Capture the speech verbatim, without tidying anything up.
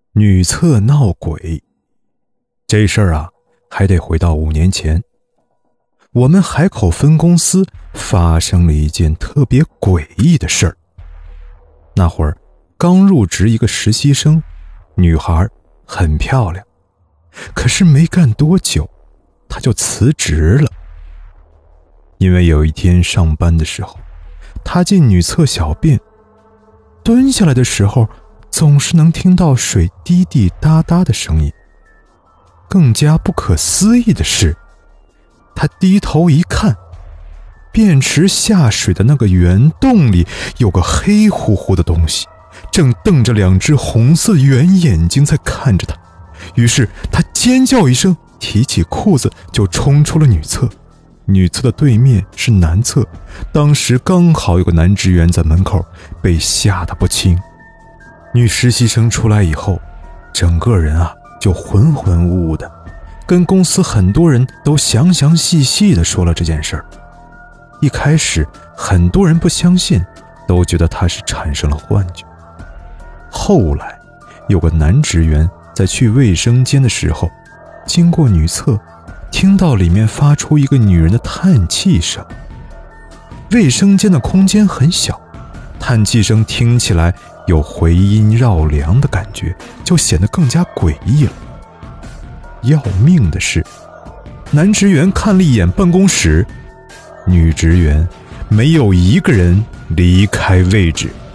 女厕闹鬼。这事儿啊，还得回到五年前，我们海口分公司发生了一件特别诡异的事儿。那会儿刚入职一个实习生，女孩很漂亮，可是没干多久，她就辞职了。因为有一天上班的时候，她进女厕小便，蹲下来的时候总是能听到水滴滴答答的声音。更加不可思议的是，他低头一看，便池下水的那个圆洞里有个黑乎乎的东西，正瞪着两只红色圆眼睛在看着他。于是他尖叫一声，提起裤子就冲出了女厕。女厕的对面是男厕，当时刚好有个男职员在门口，被吓得不轻。女实习生出来以后，整个人啊就浑浑噩噩的，跟公司很多人都详详细细的说了这件事儿。一开始很多人不相信，都觉得他是产生了幻觉。后来有个男职员在去卫生间的时候，经过女厕，听到里面发出一个女人的叹气声。卫生间的空间很小，叹气声听起来有回音绕梁的感觉，就显得更加诡异了。要命的是，男职员看了一眼办公室，女职员没有一个人离开位置。